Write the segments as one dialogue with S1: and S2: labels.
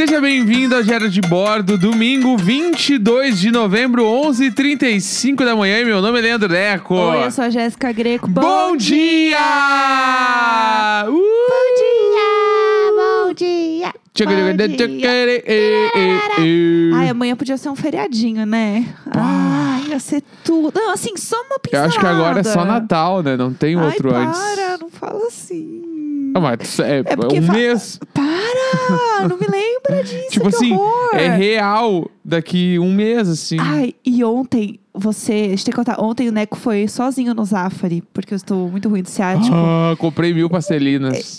S1: Seja bem-vindo ao Diário de Bordo, domingo 22 de novembro, 11h35 da manhã. E meu nome é Leandro Neco.
S2: Oi, eu sou a Jéssica Greco.
S1: Bom dia!
S2: Bom dia! Ai, amanhã podia ser um feriadinho, né? Ai, ia ser tudo. Não, assim, só uma
S1: Eu
S2: pincelada.
S1: acho que agora é só Natal, né? Não tem outro antes.
S2: Para, não fala assim.
S1: Não, mas é
S2: porque
S1: um mês.
S2: Para, não me lembra disso,
S1: Tipo
S2: que
S1: assim,
S2: horror.
S1: é real daqui um mês, assim.
S2: Ai, e ontem, deixa eu te contar, ontem o Neco foi sozinho no Zafari, porque eu estou muito ruim do ciático.
S1: Comprei 1000 pastelinas.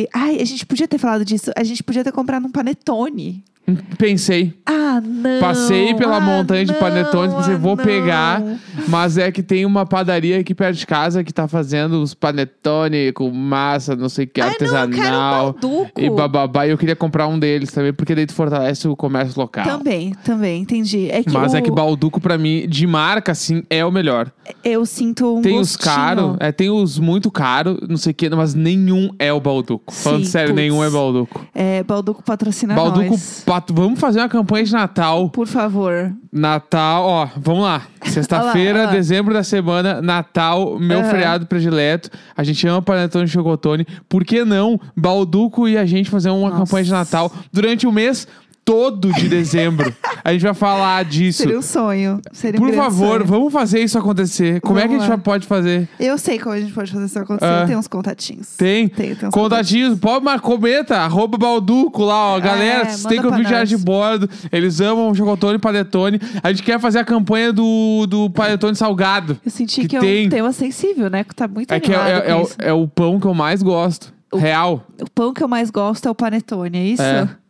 S2: A gente podia ter falado disso, a gente podia ter comprado um panetone.
S1: Pensei.
S2: Não.
S1: Passei pela montanha de panetones, pensei, vou
S2: não.
S1: pegar. Mas é que tem uma padaria aqui perto de casa que tá fazendo os panetone com massa, não sei o que, artesanal.
S2: Não, eu quero um balduco.
S1: E bababá. E eu queria comprar um deles também, porque daí tu fortalece o comércio local.
S2: Também, entendi.
S1: Mas é que balduco, pra mim, de marca, assim, é o melhor.
S2: Eu sinto um
S1: Tem
S2: gostinho.
S1: os caros, tem os muito caros, não sei o que, mas nenhum é o balduco. Falando sério, nenhum é balduco.
S2: Balduco patrocina
S1: Balduco,
S2: nós.
S1: Vamos fazer uma campanha de Natal.
S2: Por favor.
S1: Natal, ó, vamos lá. Sexta-feira, dezembro da semana, Natal, meu feriado predileto. A gente ama panetone e chocotone. Por que não Balduco e a gente fazer uma campanha de Natal durante o mês todo de dezembro? A gente vai falar disso.
S2: Seria um sonho. Seria um
S1: Por
S2: grande
S1: favor,
S2: sonho.
S1: vamos fazer isso acontecer. Como é que a gente pode fazer?
S2: Eu sei como a gente pode fazer isso acontecer. Tem uns contatinhos.
S1: Tem
S2: uns
S1: contatinhos. Pode, mas comenta, @balduco lá, ó. Galera, vocês têm que ouvir Diário de Bordo. Eles amam chocotone e panetone. A gente quer fazer a campanha do panetone salgado.
S2: Eu senti que é um tema sensível, né? Que tá muito animado com isso.
S1: É o pão que eu mais gosto. Real.
S2: O pão que eu mais gosto é o panetone, é isso?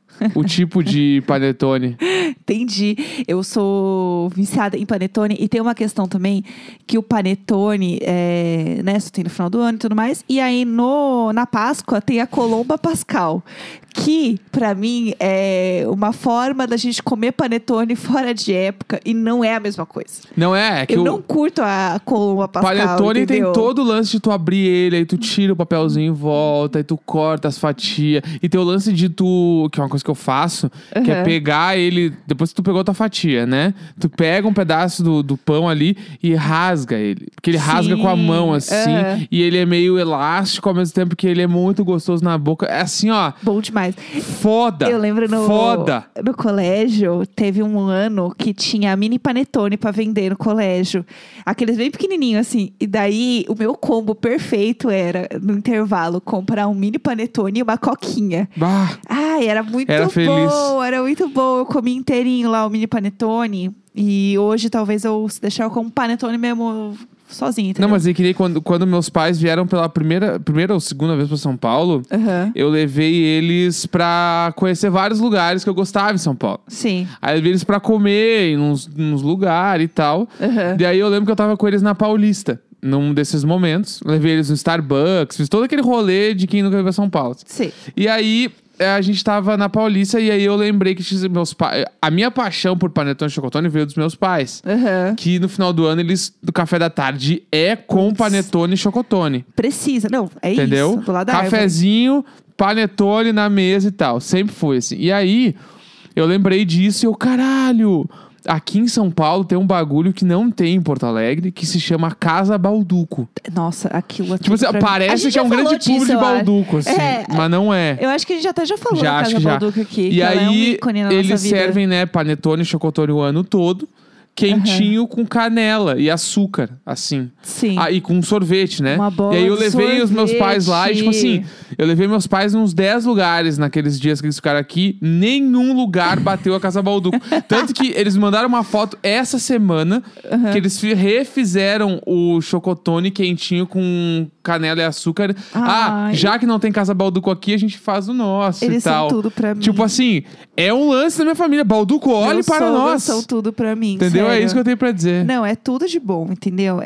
S1: O tipo de panetone.
S2: Entendi. Eu sou viciada em panetone. E tem uma questão também que o panetone, né, só tem no final do ano e tudo mais. E aí na Páscoa tem a Colomba Pascal. Que, pra mim, é uma forma da gente comer panetone fora de época. E não é a mesma coisa.
S1: Não é?
S2: Eu não curto a Colomba Pascal,
S1: panetone
S2: entendeu?
S1: tem todo o lance de tu abrir ele, aí tu tira o papelzinho em volta, aí tu corta as fatias. E tem o lance de tu, que é uma coisa que eu faço, que é pegar ele, depois que tu pegou a tua fatia, né? Tu pega um pedaço do pão ali e rasga ele. Porque ele rasga com a mão, assim. E ele é meio elástico, ao mesmo tempo que ele é muito gostoso na boca. É assim, ó.
S2: Bom demais.
S1: Foda!
S2: Eu lembro
S1: Foda!
S2: No colégio, teve um ano que tinha mini panetone pra vender no colégio. Aqueles bem pequenininhos, assim. E daí, o meu combo perfeito era, no intervalo, comprar um mini panetone e uma coquinha.
S1: Bah.
S2: Ai, era muito
S1: Era
S2: bom.
S1: feliz.
S2: Era muito bom. Eu comi inteirinho lá o mini panetone. E hoje, talvez, se deixar eu como panetone mesmo sozinho, entendeu?
S1: Não, mas eu queria quando meus pais vieram pela primeira ou segunda vez pra São Paulo, eu levei eles pra conhecer vários lugares que eu gostava em São Paulo.
S2: Sim.
S1: Aí eu levei eles pra comer em uns lugares e tal. E aí eu lembro que eu tava com eles na Paulista, num desses momentos. Levei eles no Starbucks, fiz todo aquele rolê de quem nunca veio a São Paulo.
S2: Sim.
S1: E aí a gente tava na Paulista e aí eu lembrei que meus pais... A minha paixão por panetone e chocotone veio dos meus pais. Que no final do ano, do café da tarde é com panetone e chocotone.
S2: Precisa. Não, é
S1: entendeu?
S2: isso. Do lado da
S1: Cafezinho, panetone na mesa e tal. Sempre foi assim. E aí, eu lembrei disso e eu, caralho... Aqui em São Paulo tem um bagulho que não tem em Porto Alegre, que se chama Casa Balduco.
S2: Nossa, aquilo aqui.
S1: Tipo assim, parece que é um grande público de balduco, assim. Mas não é.
S2: Eu acho que a gente até já falou da
S1: Acho
S2: Casa
S1: que já.
S2: Balduco aqui.
S1: E
S2: que
S1: aí,
S2: ela é um ícone na
S1: eles
S2: nossa vida.
S1: servem, né, panetone e chocotone o ano todo. Quentinho com canela e açúcar, assim.
S2: Sim.
S1: E com sorvete, né?
S2: Uma bola
S1: e aí eu
S2: de
S1: levei os meus pais lá e, tipo assim,
S2: sorvete.
S1: eu levei meus pais em uns 10 lugares naqueles dias que eles ficaram aqui. Nenhum lugar bateu a Casa Balduco. Tanto que eles mandaram uma foto essa semana que eles refizeram o chocotone quentinho com canela e açúcar. Já que não tem Casa Balduco aqui, a gente faz o nosso
S2: Eles
S1: e tal.
S2: são tudo pra mim.
S1: Tipo assim, é um lance da minha família. Balduco, olhe para nós.
S2: São tudo pra mim,
S1: Entendeu?
S2: sério.
S1: É isso que eu tenho pra dizer.
S2: Não, é tudo de bom, entendeu?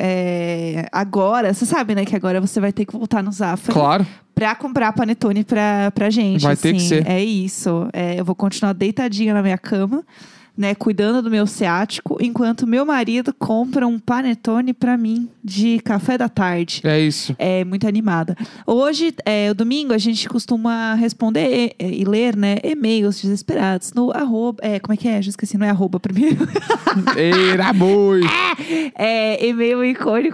S2: Agora, você sabe, né, que agora você vai ter que voltar no Zafari.
S1: Claro.
S2: Pra comprar panetone pra gente.
S1: Vai ter que ser.
S2: É isso. Eu vou continuar deitadinha na minha cama, né, cuidando do meu ciático, enquanto meu marido compra um panetone pra mim de café da tarde.
S1: É isso.
S2: É muito animada. Hoje, o domingo, a gente costuma responder e ler, né, e-mails desesperados no arroba... como é que é? Já esqueci, não é arroba primeiro.
S1: Eira, boi!
S2: E-mail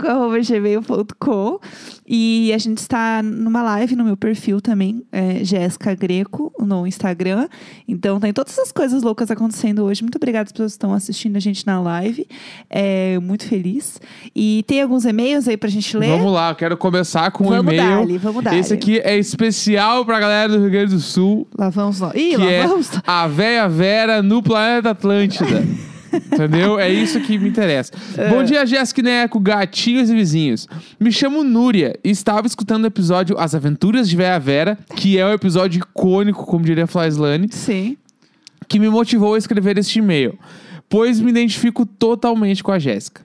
S2: icônico@gmail.com. E a gente está numa live no meu perfil também, Jéssica Greco, no Instagram. Então, tem todas essas coisas loucas acontecendo hoje. Muito obrigada às pessoas que estão assistindo a gente na live. Muito feliz. E tem alguns e-mails aí pra gente ler?
S1: Vamos lá, eu quero começar com um e-mail.
S2: Vamos dar.
S1: Esse aqui é especial pra galera do Rio Grande do Sul.
S2: Lá vamos nós. Ih,
S1: que
S2: lá
S1: é
S2: vamos.
S1: a véia Vera no planeta Atlântida. Entendeu? É isso que me interessa. Bom dia, Jéssica Neco, gatinhos e vizinhos. Me chamo Núria e estava escutando o episódio As Aventuras de Véia Vera, que é um episódio icônico, como diria a Flyslane.
S2: Sim.
S1: Que me motivou a escrever este e-mail, pois me identifico totalmente com a Jéssica.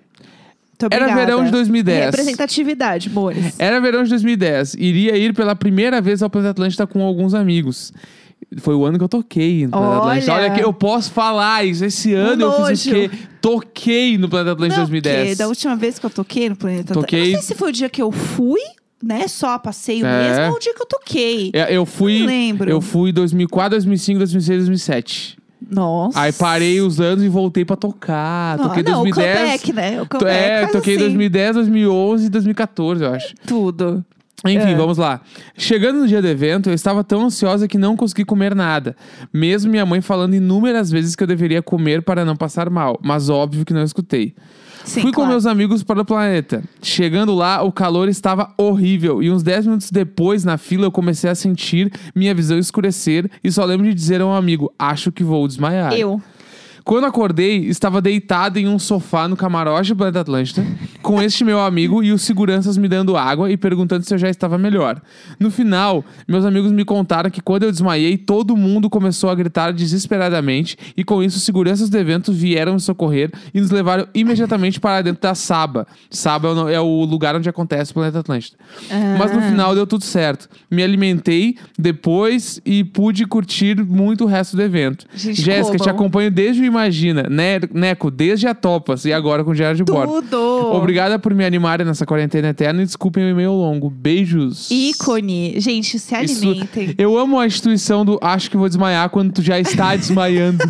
S1: Era verão de 2010.
S2: Representatividade, amores.
S1: Era verão de 2010. Iria ir pela primeira vez ao Planeta Atlântida com alguns amigos. Foi o ano que eu toquei no Planeta Atlântida. Olha que eu posso falar isso. Esse ano eu fiz o quê? Toquei no Planeta Atlântida em 2010.
S2: Da última vez que eu toquei no Planeta Atlântida. Não sei se foi o dia que eu fui, né? Só passeio mesmo, ou o dia que eu toquei.
S1: Eu fui.
S2: Não lembro.
S1: Eu fui 2004, 2005, 2006, 2007.
S2: Nossa.
S1: Aí parei os anos e voltei pra tocar. Toquei 2010.
S2: O comeback, né? O comeback
S1: toquei
S2: assim.
S1: 2010, 2011 e 2014, eu acho.
S2: Tudo.
S1: Enfim, vamos lá. Chegando no dia do evento, eu estava tão ansiosa que não consegui comer nada. Mesmo minha mãe falando inúmeras vezes que eu deveria comer para não passar mal. Mas óbvio que não escutei.
S2: Sim,
S1: Fui com meus amigos para o planeta. Chegando lá, o calor estava horrível. E uns 10 minutos depois, na fila, eu comecei a sentir minha visão escurecer. E só lembro de dizer a um amigo, acho que vou desmaiar. Quando acordei, estava deitado em um sofá no camarote do Planeta Atlântida, com este meu amigo e os seguranças me dando água e perguntando se eu já estava melhor. No final, meus amigos me contaram que quando eu desmaiei, todo mundo começou a gritar desesperadamente e com isso os seguranças do evento vieram me socorrer e nos levaram imediatamente para dentro da Saba. Saba é o lugar onde acontece o Planeta Atlântida. Mas no final deu tudo certo. Me alimentei depois e pude curtir muito o resto do evento. Jéssica, te acompanho desde o Imagina, Neco, desde a Topas e agora com o Diário de Bordo.
S2: Tudo!
S1: Obrigada por me animarem nessa quarentena eterna e desculpem o e-mail longo. Beijos.
S2: Ícone. Gente, se alimentem.
S1: Eu amo a instituição do acho que vou desmaiar quando tu já está desmaiando.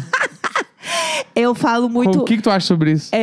S2: Eu falo muito...
S1: O que tu acha sobre isso?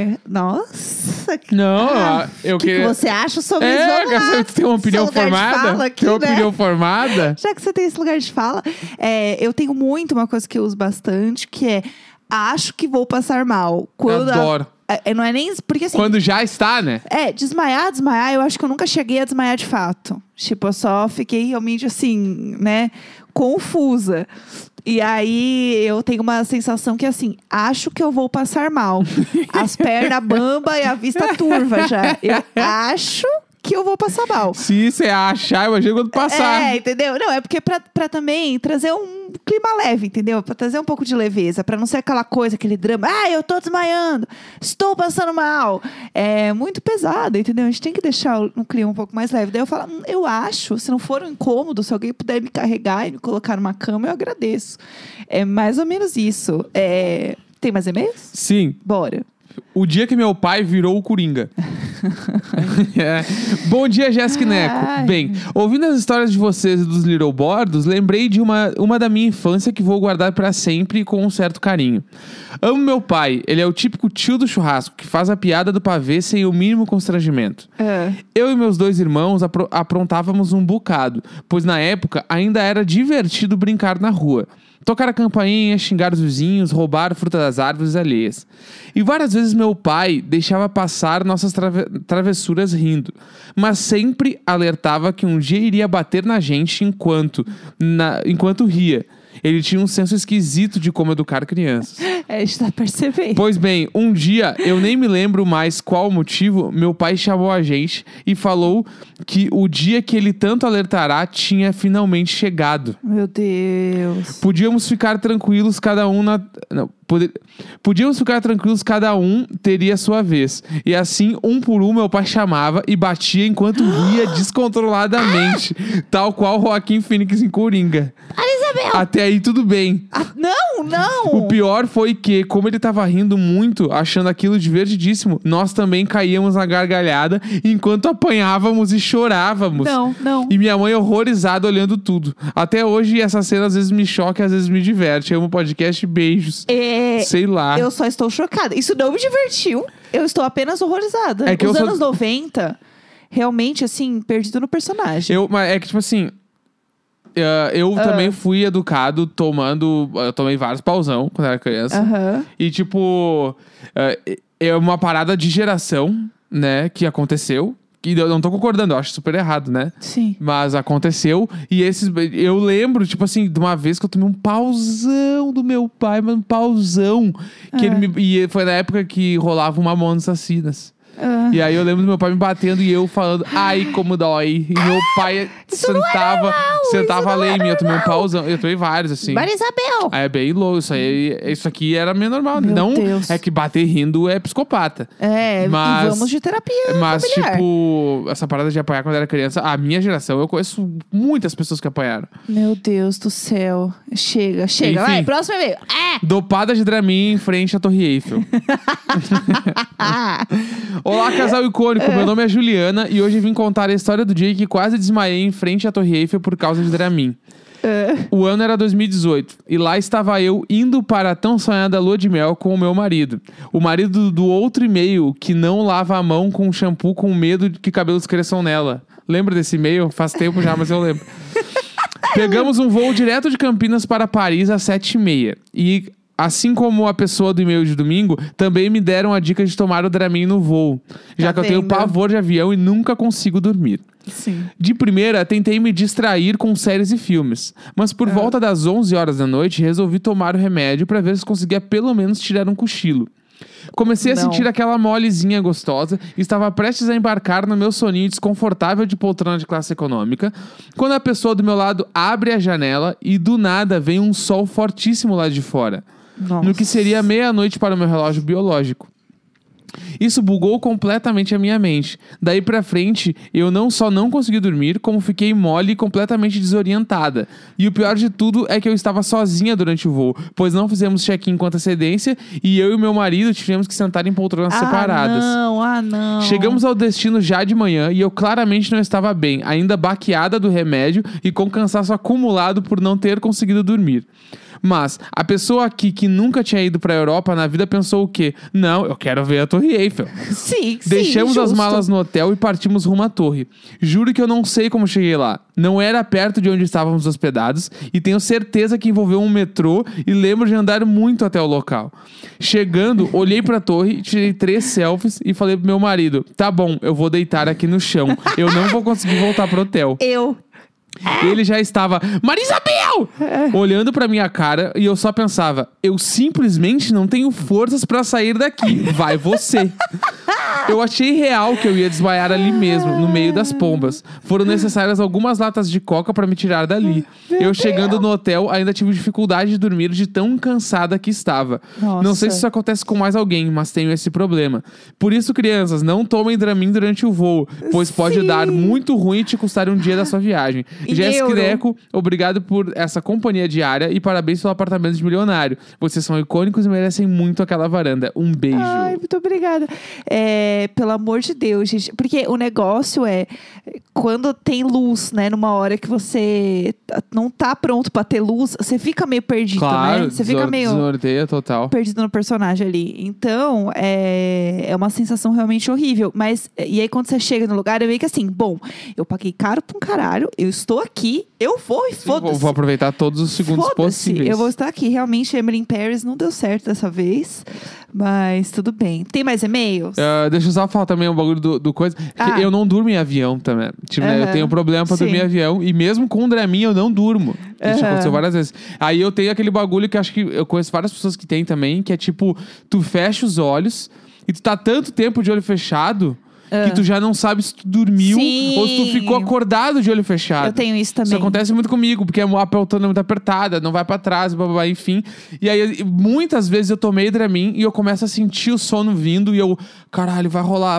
S2: Nossa.
S1: Não, eu
S2: que você acha sobre isso?
S1: Tu tem uma opinião formada?
S2: Aqui,
S1: opinião formada?
S2: Já que você tem esse lugar de fala. Eu tenho muito uma coisa que eu uso bastante, que é... Acho que vou passar mal.
S1: Eu adoro.
S2: Não é nem... Porque assim...
S1: Quando já está, né?
S2: Desmaiar, eu acho que eu nunca cheguei a desmaiar de fato. Tipo, eu só fiquei realmente assim, né? Confusa. E aí, eu tenho uma sensação que assim, acho que eu vou passar mal. As pernas bamba e a vista turva já. Eu acho que eu vou passar mal.
S1: Se você achar, imagina quando passar.
S2: Entendeu? Não, é porque pra também trazer um clima leve, entendeu? Pra trazer um pouco de leveza, pra não ser aquela coisa, aquele drama. Eu tô desmaiando, estou passando mal. É muito pesado, entendeu? A gente tem que deixar um clima um pouco mais leve. Daí eu falo, eu acho, se não for um incômodo, se alguém puder me carregar e me colocar numa cama, eu agradeço. É mais ou menos isso. Tem mais e-mails?
S1: Sim.
S2: Bora.
S1: O dia que meu pai virou o Coringa. Bom dia, Jéssica e Neco. Bem, ouvindo as histórias de vocês e dos Little Bordos, lembrei de uma da minha infância que vou guardar pra sempre e com um certo carinho. Amo meu pai. Ele é o típico tio do churrasco, que faz a piada do pavê sem o mínimo constrangimento. Eu e meus 2 irmãos aprontávamos um bocado, pois na época ainda era divertido brincar na rua. Tocar a campainha, xingar os vizinhos, roubar fruta das árvores alheias. E várias vezes meu pai deixava passar nossas travessuras rindo. Mas sempre alertava que um dia iria bater na gente enquanto ria. Ele tinha um senso esquisito de como educar crianças.
S2: A gente tá percebendo.
S1: Pois bem, um dia, eu nem me lembro mais qual o motivo, meu pai chamou a gente e falou que o dia que ele tanto alertará tinha finalmente chegado.
S2: Meu Deus.
S1: Podíamos ficar tranquilos, cada um Podíamos ficar tranquilos, cada um teria sua vez. E assim, um por um, meu pai chamava e batia enquanto ria descontroladamente. Tal qual Joaquim Phoenix em Coringa.
S2: Isabel!
S1: Até aí tudo bem.
S2: Não não!
S1: O pior foi que, como ele tava rindo muito, achando aquilo divertidíssimo, nós também caíamos na gargalhada enquanto apanhávamos e chorávamos.
S2: Não.
S1: E minha mãe horrorizada olhando tudo. Até hoje, essa cena às vezes me choca e às vezes me diverte. Eu amo podcast, beijos. Sei lá.
S2: Eu só estou chocada. Isso não me divertiu. Eu estou apenas horrorizada.
S1: É que
S2: Os anos 90, realmente, assim, perdido no personagem.
S1: Mas é que, tipo assim... Eu também fui educado tomando... Eu tomei vários pauzão quando era criança. E, tipo... É uma parada de geração, né? Que aconteceu. E eu não tô concordando, eu acho super errado, né?
S2: Sim.
S1: Mas aconteceu. E eu lembro, tipo assim, de uma vez que eu tomei um pauzão do meu pai, mas um pauzão. E foi na época que rolava uma Mamonas Assassinas. E aí eu lembro do meu pai me batendo e eu falando, ai, como dói. E meu pai sentava a lei em mim. Eu tomei um pauzão. Eu tomei vários, assim.
S2: Maria Isabel!
S1: Aí é bem louco. Isso aqui era meio normal.
S2: Meu
S1: não
S2: Deus.
S1: É que bater rindo é psicopata.
S2: E vamos de terapia
S1: Mas,
S2: familiar.
S1: tipo, essa parada de apanhar quando era criança, a minha geração, eu conheço muitas pessoas que apanharam.
S2: Meu Deus do céu. Chega.
S1: Enfim,
S2: Vai, próximo e-mail.
S1: Dopada de Dramin em frente à Torre Eiffel. Olá, casal icônico. Meu nome é Juliana e hoje vim contar a história do dia que quase desmaiei em frente à Torre Eiffel por causa de Dramin. O ano era 2018 e lá estava eu indo para a tão sonhada lua de mel com o meu marido. O marido do outro e-mail que não lava a mão com shampoo com medo de que cabelos cresçam nela. Lembra desse e-mail? Faz tempo já, mas eu lembro. Pegamos um voo direto de Campinas para Paris às 7h30 e... Assim como a pessoa do e-mail de domingo, também me deram a dica de tomar o Dramin no voo. Já que eu tenho pavor de avião e nunca consigo dormir.
S2: Sim.
S1: De primeira, tentei me distrair com séries e filmes. Mas por volta das 11 horas da noite, resolvi tomar o remédio para ver se conseguia pelo menos tirar um cochilo. Comecei a sentir aquela molezinha gostosa e estava prestes a embarcar no meu soninho desconfortável de poltrona de classe econômica, quando a pessoa do meu lado abre a janela e do nada vem um sol fortíssimo lá de fora.
S2: Nossa.
S1: No que seria meia-noite para o meu relógio biológico. Isso bugou completamente a minha mente. Daí pra frente, eu não só não consegui dormir, como fiquei mole e completamente desorientada. E o pior de tudo é que eu estava sozinha durante o voo, pois não fizemos check-in com antecedência e eu e meu marido tivemos que sentar em poltronas separadas.
S2: Não.
S1: Chegamos ao destino já de manhã e eu claramente não estava bem, ainda baqueada do remédio e com cansaço acumulado por não ter conseguido dormir. Mas a pessoa aqui que nunca tinha ido pra Europa na vida pensou o quê? Não, eu quero ver a Torre Eiffel.
S2: Sim,
S1: Deixamos as
S2: justo.
S1: malas no hotel e partimos rumo à torre. Juro que eu não sei como cheguei lá. Não era perto de onde estávamos hospedados e tenho certeza que envolveu um metrô e lembro de andar muito até o local. Chegando, olhei pra torre, tirei 3 selfies e falei pro meu marido, tá bom, eu vou deitar aqui no chão. Eu não vou conseguir voltar pro hotel. Ele já estava, Maria Isabel! Olhando pra minha cara e eu só pensava, eu simplesmente não tenho forças pra sair daqui. Vai você. Eu achei real que eu ia desmaiar ali mesmo, no meio das pombas. Foram necessárias algumas latas de coca pra me tirar dali. Eu chegando no hotel, ainda tive dificuldade de dormir de tão cansada que estava.
S2: Nossa.
S1: Não sei se isso acontece com mais alguém, mas tenho esse problema. Por isso, crianças, não tomem Dramin durante o voo, pois pode dar muito ruim e te custar um dia da sua viagem. Jéssica e Neco, obrigado por essa companhia diária e parabéns pelo apartamento de milionário. Vocês são icônicos e merecem muito aquela varanda. Um beijo.
S2: Ai, muito obrigada. Pelo amor de Deus, gente. Porque o negócio é quando tem luz, né? Numa hora que você não tá pronto pra ter luz, você fica meio perdido,
S1: claro,
S2: né? Você fica meio
S1: desnorteia total.
S2: perdido no personagem ali. Então, é uma sensação realmente horrível. Mas, e aí quando você chega no lugar, é meio que assim, bom, eu paguei caro pra um caralho, eu estou aqui, eu vou e foda-se.
S1: Vou aproveitar todos os segundos possíveis.
S2: Eu vou estar aqui. Realmente, Emily in Paris não deu certo dessa vez. Mas tudo bem. Tem mais e-mails?
S1: Deixa eu só falar também um bagulho do coisa. Que eu não durmo em avião também. Tipo, né, eu tenho problema pra dormir em avião. E mesmo com o Dramin, eu não durmo. Isso já aconteceu várias vezes. Aí eu tenho aquele bagulho que acho que eu conheço várias pessoas que tem também. Que é tipo, tu fecha os olhos e tu tá tanto tempo de olho fechado que tu já não sabe se tu dormiu ou se tu ficou acordado de olho fechado.
S2: Eu tenho isso também.
S1: Isso acontece muito comigo, porque a pelotona é muito apertada, não vai pra trás, blá, blá, blá, enfim. E aí, muitas vezes eu tomei Dramin e eu começo a sentir o sono vindo e eu, caralho, vai rolar.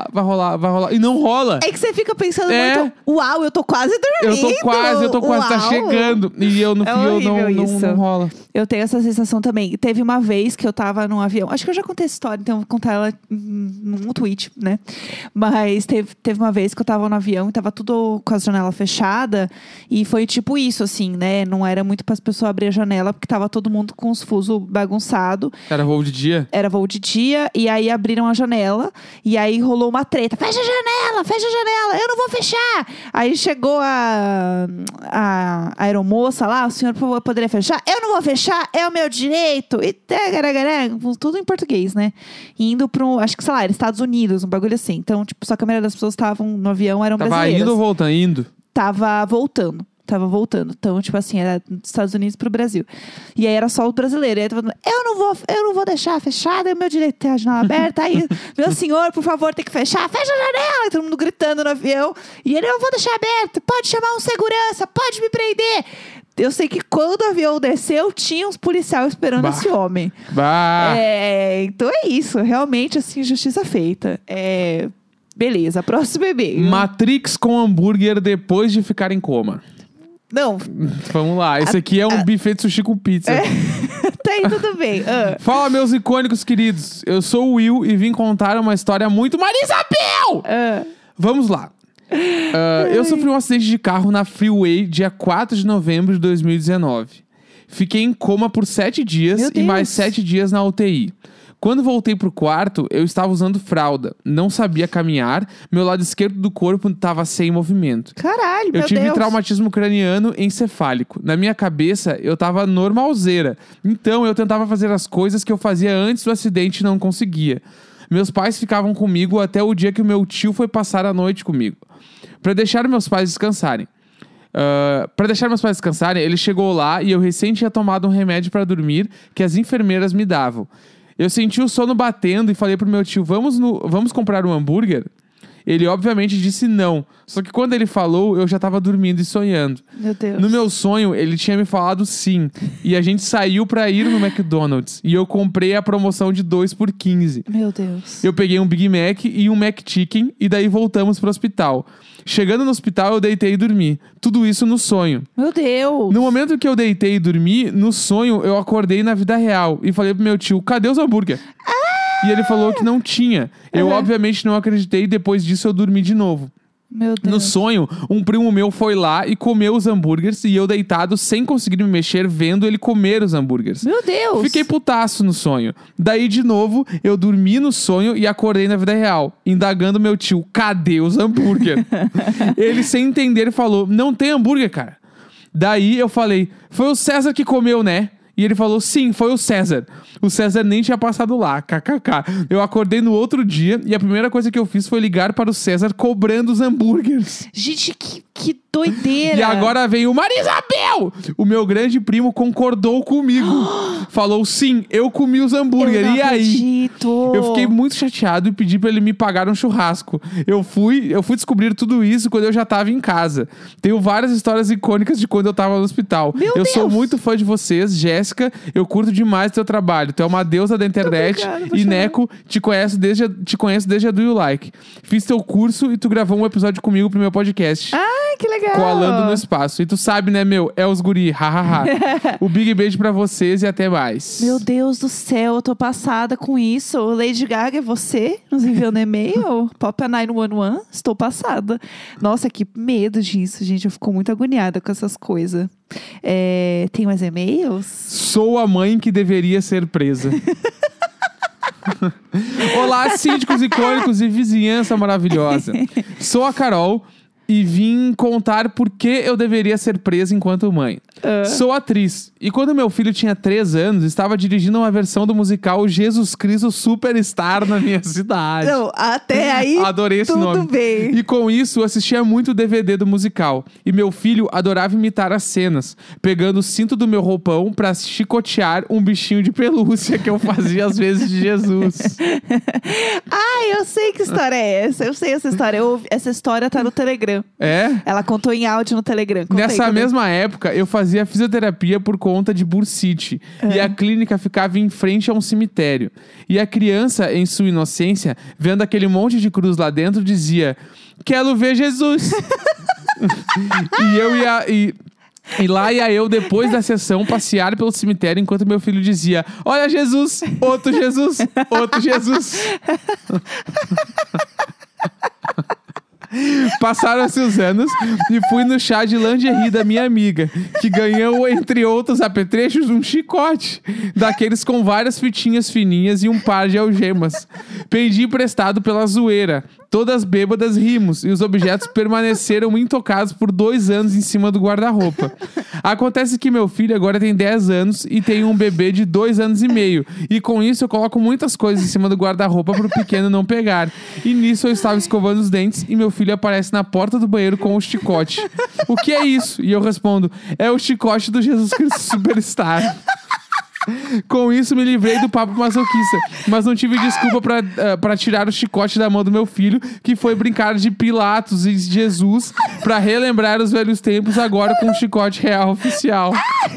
S1: E não rola.
S2: É que você fica pensando muito, uau, eu tô quase dormindo.
S1: Eu tô quase, tá chegando. E eu no fio não rola.
S2: Eu tenho essa sensação também. Teve uma vez que eu tava num avião, acho que eu já contei essa história, então eu vou contar ela num tweet, né? Mas teve uma vez que eu tava no avião e tava tudo com a janela fechada e foi tipo isso, assim, né? Não era muito para as pessoas abrir a janela porque tava todo mundo com os fusos bagunçado.
S1: Era voo de dia?
S2: Era voo de dia e aí abriram a janela e aí rolou uma treta. Fecha a janela, eu não vou fechar. Aí chegou a aeromoça lá, o senhor, por favor, poderia fechar? Eu não vou fechar, é o meu direito. E tudo em português, né? Indo pro, acho que, sei lá, era Estados Unidos, um bagulho assim. Então, tipo, só que a maioria das pessoas estavam no avião, eram brasileiras.
S1: Tava indo ou voltando? Indo.
S2: Tava voltando. Então, tipo assim, era dos Estados Unidos pro Brasil. E aí era só o brasileiro. E aí tava falando, eu não vou deixar fechada, é o meu direito de ter a janela aberta. Aí, meu senhor, por favor, tem que fechar. Fecha a janela! E todo mundo gritando no avião. E ele, eu vou deixar aberto. Pode chamar um segurança, pode me prender. Eu sei que quando o avião desceu, tinha uns policiais esperando esse homem. Então é isso. Realmente, assim, justiça feita. Beleza, próximo e-mail.
S1: Matrix com hambúrguer depois de ficar em coma.
S2: Não.
S1: Vamos lá. Esse aqui é um buffet de sushi com pizza.
S2: Tá aí, tudo bem.
S1: Fala, meus icônicos queridos. Eu sou o Will e vim contar uma história muito Marisabel! Vamos lá. Eu sofri um acidente de carro na Freeway dia 4 de novembro de 2019. Fiquei em coma por 7 dias e mais 7 dias na UTI. Quando voltei pro quarto, eu estava usando fralda. Não sabia caminhar. Meu lado esquerdo do corpo estava sem movimento.
S2: Caralho, meu Deus.
S1: Eu tive traumatismo craniano encefálico. Na minha cabeça, eu tava normalzeira. Então, eu tentava fazer as coisas que eu fazia antes do acidente e não conseguia. Meus pais ficavam comigo até o dia que o meu tio foi passar a noite comigo. Pra deixar meus pais descansarem. Ele chegou lá e eu recém tinha tomado um remédio pra dormir que as enfermeiras me davam. Eu senti o sono batendo e falei pro meu tio, vamos comprar um hambúrguer? Ele obviamente disse não. Só que quando ele falou, eu já tava dormindo e sonhando.
S2: Meu Deus.
S1: No meu sonho, ele tinha me falado sim. E a gente saiu pra ir no McDonald's. E eu comprei a promoção de 2 por 15.
S2: Meu Deus.
S1: Eu peguei um Big Mac e um McChicken. E daí voltamos pro hospital. Chegando no hospital, eu deitei e dormi. Tudo isso no sonho.
S2: Meu Deus.
S1: No momento que eu deitei e dormi, no sonho, eu acordei na vida real. E falei pro meu tio, cadê os hambúrguer? E ele falou que não tinha. Eu, obviamente, não acreditei. Depois disso, eu dormi de novo.
S2: Meu Deus.
S1: No sonho, um primo meu foi lá e comeu os hambúrgueres. E eu deitado, sem conseguir me mexer, vendo ele comer os hambúrgueres.
S2: Meu Deus.
S1: Fiquei putaço no sonho. Daí, de novo, eu dormi no sonho e acordei na vida real. Indagando meu tio, cadê os hambúrguer? Ele, sem entender, falou, não tem hambúrguer, cara. Daí, eu falei, foi o César que comeu, né? E ele falou, sim, foi o César. O César nem tinha passado lá, kkk. Eu acordei no outro dia e a primeira coisa que eu fiz foi ligar para o César cobrando os hambúrgueres.
S2: Gente, que doideira.
S1: E agora vem o Marisabel! O meu grande primo concordou comigo. Falou, sim, eu comi os hambúrgueres. E aí?
S2: Acredito.
S1: Eu fiquei muito chateado e pedi pra ele me pagar um churrasco. Eu fui descobrir tudo isso quando eu já tava em casa. Tenho várias histórias icônicas de quando eu tava no hospital. Eu sou muito fã de vocês, Jéssica. Eu curto demais teu trabalho. Tu é uma deusa da internet. E Neco, te conheço desde a Do You Like. Fiz teu curso e tu gravou um episódio comigo pro meu podcast.
S2: Ai, que legal.
S1: Coalando no espaço. E tu sabe, né, meu? É os guri. Hahaha. O big beijo pra vocês e até mais.
S2: Meu Deus do céu, eu tô passada com isso. Lady Gaga, é você? Nos enviando e-mail? Pop 911? Estou passada. Nossa, que medo disso, gente. Eu fico muito agoniada com essas coisas. Tem mais e-mails?
S1: Sou a mãe que deveria ser presa. Olá, síndicos icônicos e vizinhança maravilhosa. Sou a Carol e vim contar por que eu deveria ser presa enquanto mãe. Sou atriz. E quando meu filho tinha 3 anos, estava dirigindo uma versão do musical Jesus Cristo Superstar na minha cidade.
S2: Não, até aí
S1: Adorei esse nome.
S2: tudo bem.
S1: E com isso, assistia muito o DVD do musical. E meu filho adorava imitar as cenas, pegando o cinto do meu roupão pra chicotear um bichinho de pelúcia que eu fazia às vezes de Jesus.
S2: Ai, eu sei que história é essa. Eu sei essa história. Essa história tá no Telegram.
S1: É?
S2: Ela contou em áudio no Telegram. Conta
S1: Nessa
S2: aí,
S1: mesma época, eu fazia fisioterapia por conta de bursite. E a clínica ficava em frente a um cemitério. E a criança, em sua inocência, vendo aquele monte de cruz lá dentro, dizia: quero ver Jesus. E lá ia eu, depois da sessão, passear pelo cemitério enquanto meu filho dizia: olha Jesus, outro Jesus, outro Jesus. Passaram-se os anos e fui no chá de lingerie da minha amiga, que ganhou, entre outros apetrechos, um chicote, daqueles com várias fitinhas fininhas e um par de algemas. Pedi emprestado pela zoeira. Todas bêbadas rimos e os objetos permaneceram intocados por 2 anos em cima do guarda-roupa. Acontece que meu filho agora tem 10 anos e tem um bebê de 2 anos e meio. E com isso eu coloco muitas coisas em cima do guarda-roupa pro pequeno não pegar. E nisso eu estava escovando os dentes e meu filho aparece na porta do banheiro com o chicote. O que é isso? E eu respondo: é o chicote do Jesus Cristo Superstar. Com isso me livrei do papo masoquista, mas não tive desculpa pra tirar o chicote da mão do meu filho, que foi brincar de Pilatos e Jesus pra relembrar os velhos tempos, agora com um chicote real oficial.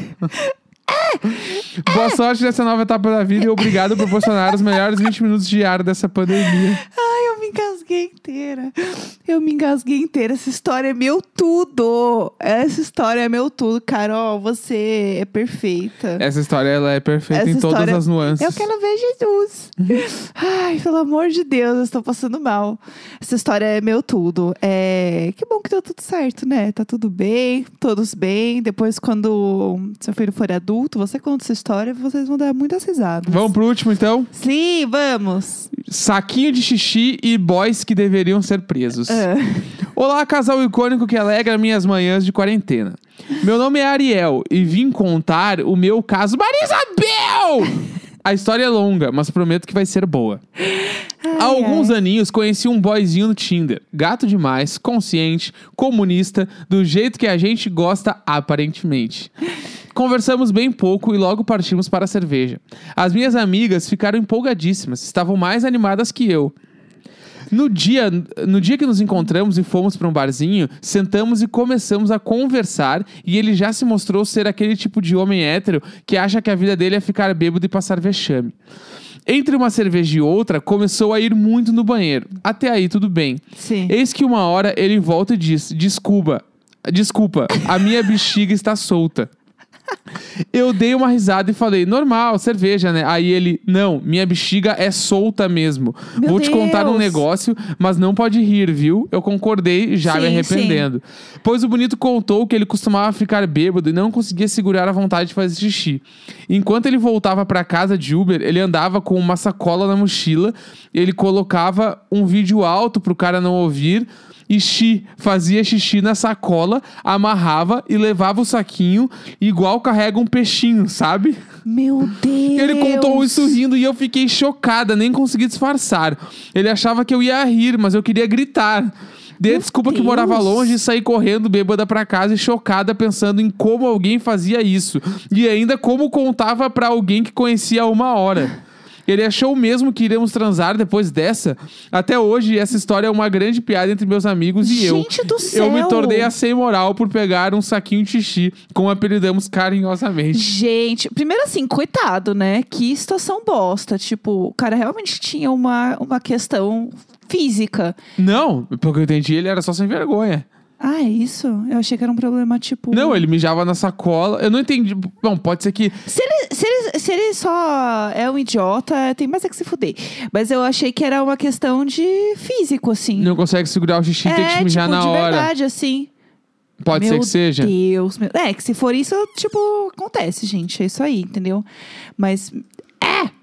S1: Boa sorte nessa nova etapa da vida e obrigado por proporcionar os melhores 20 minutos diários dessa pandemia.
S2: Ai, eu me engasguei inteira. Eu me engasguei inteira. Essa história é meu tudo. Essa história é meu tudo. Carol, você é perfeita.
S1: Essa história, ela é perfeita em todas as nuances.
S2: Eu quero ver Jesus. Ai, pelo amor de Deus, eu estou passando mal. Essa história é meu tudo. Que bom que deu tudo certo, né? Tá tudo bem, todos bem. Depois, quando seu filho for adulto, você conta essa história e vocês vão dar muitas risadas.
S1: Vamos pro último, então?
S2: Sim, vamos.
S1: Saquinho de xixi e boys que deveriam ser presos. Olá, casal icônico que alegra minhas manhãs de quarentena. Meu nome é Ariel e vim contar o meu caso Marisabel! A história é longa, mas prometo que vai ser boa. Há alguns aninhos conheci um boyzinho no Tinder. Gato demais, consciente, comunista, do jeito que a gente gosta aparentemente. Conversamos bem pouco e logo partimos para a cerveja. As minhas amigas ficaram empolgadíssimas, estavam mais animadas que eu. No dia que nos encontramos e fomos para um barzinho, sentamos e começamos a conversar e ele já se mostrou ser aquele tipo de homem hétero que acha que a vida dele é ficar bêbado e passar vexame. Entre uma cerveja e outra, começou a ir muito no banheiro. Até aí, tudo bem.
S2: Sim.
S1: Eis que uma hora ele volta e diz: Desculpa, a minha bexiga está solta. Eu dei uma risada e falei: normal, cerveja, né? Aí ele: não, minha bexiga é solta mesmo. Vou te contar um negócio, mas não pode rir, viu? Eu concordei, já me arrependendo. Pois o bonito contou que ele costumava ficar bêbado e não conseguia segurar a vontade de fazer xixi. Enquanto ele voltava pra casa de Uber, ele andava com uma sacola na mochila, ele colocava um vídeo alto pro cara não ouvir e fazia xixi na sacola, amarrava e levava o saquinho igual carrega um peixinho, sabe?
S2: Meu Deus!
S1: Ele contou isso rindo e eu fiquei chocada, nem consegui disfarçar. Ele achava que eu ia rir, mas eu queria gritar. Dei a desculpa que morava longe e saí correndo bêbada pra casa e chocada pensando em como alguém fazia isso. E ainda como contava pra alguém que conhecia há 1 hora. Ele achou mesmo que iríamos transar depois dessa? Até hoje, essa história é uma grande piada entre meus amigos e eu.
S2: Gente do céu!
S1: Eu me tornei a sem moral por pegar um saquinho de xixi, como apelidamos carinhosamente.
S2: Gente, primeiro assim, coitado, né? Que situação bosta. Tipo, o cara realmente tinha uma questão física.
S1: Não, pelo que eu entendi, ele era só sem vergonha.
S2: Ah, é isso? Eu achei que era um problema, tipo...
S1: Não, ele mijava na sacola. Eu não entendi. Bom, pode ser que...
S2: Se ele só é um idiota, tem mais é que se fuder. Mas eu achei que era uma questão de físico, assim.
S1: Não consegue segurar o xixi e tem que mijar
S2: tipo,
S1: na hora.
S2: de verdade, assim.
S1: Pode ser que seja.
S2: Meu Deus. Que se for isso, tipo, acontece, gente. É isso aí, entendeu? Mas,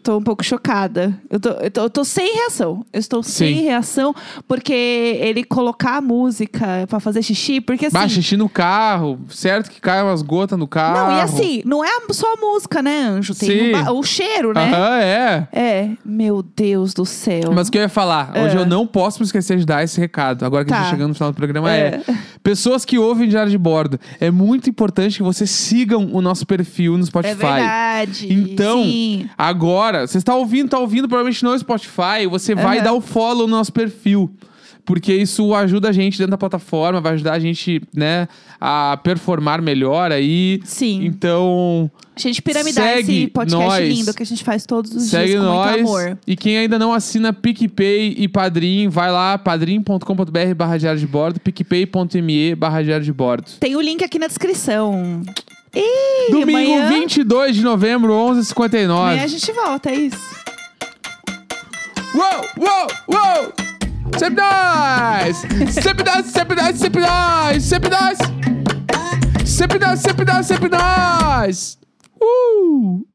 S2: tô um pouco chocada. Eu tô sem reação. Eu estou sem reação, porque ele colocar a música pra fazer xixi, porque assim...
S1: xixi no carro, certo que cai umas gotas no carro.
S2: Não, e assim, não é só a música, né, Anjo? Tem o cheiro, né? É, meu Deus do céu.
S1: Mas o que eu ia falar? Hoje eu não posso me esquecer de dar esse recado. Agora que a gente tá chegando no final do programa pessoas que ouvem Diário de Bordo. É muito importante que vocês sigam o nosso perfil no Spotify.
S2: É verdade.
S1: Então,
S2: sim.
S1: agora, você tá ouvindo provavelmente no Spotify, você vai dar o follow no nosso perfil. Porque isso ajuda a gente dentro da plataforma, vai ajudar a gente, né, a performar melhor aí.
S2: Sim.
S1: Então...
S2: A gente piramidar esse podcast lindo que a gente faz todos os dias com muito amor.
S1: E quem ainda não assina PicPay e Padrim, vai lá, padrim.com.br/diário de bordo, picpay.me/diário de bordo.
S2: Tem o link aqui na descrição.
S1: Domingo,
S2: amanhã...
S1: 22 de novembro, 11h59.
S2: Amanhã a gente volta, é isso.
S1: Uou! Sempre nós! Sempre nós! Sempre nós! Sempre nós! Sempre nós! Sempre nós! Sempre nós! Sempre nós!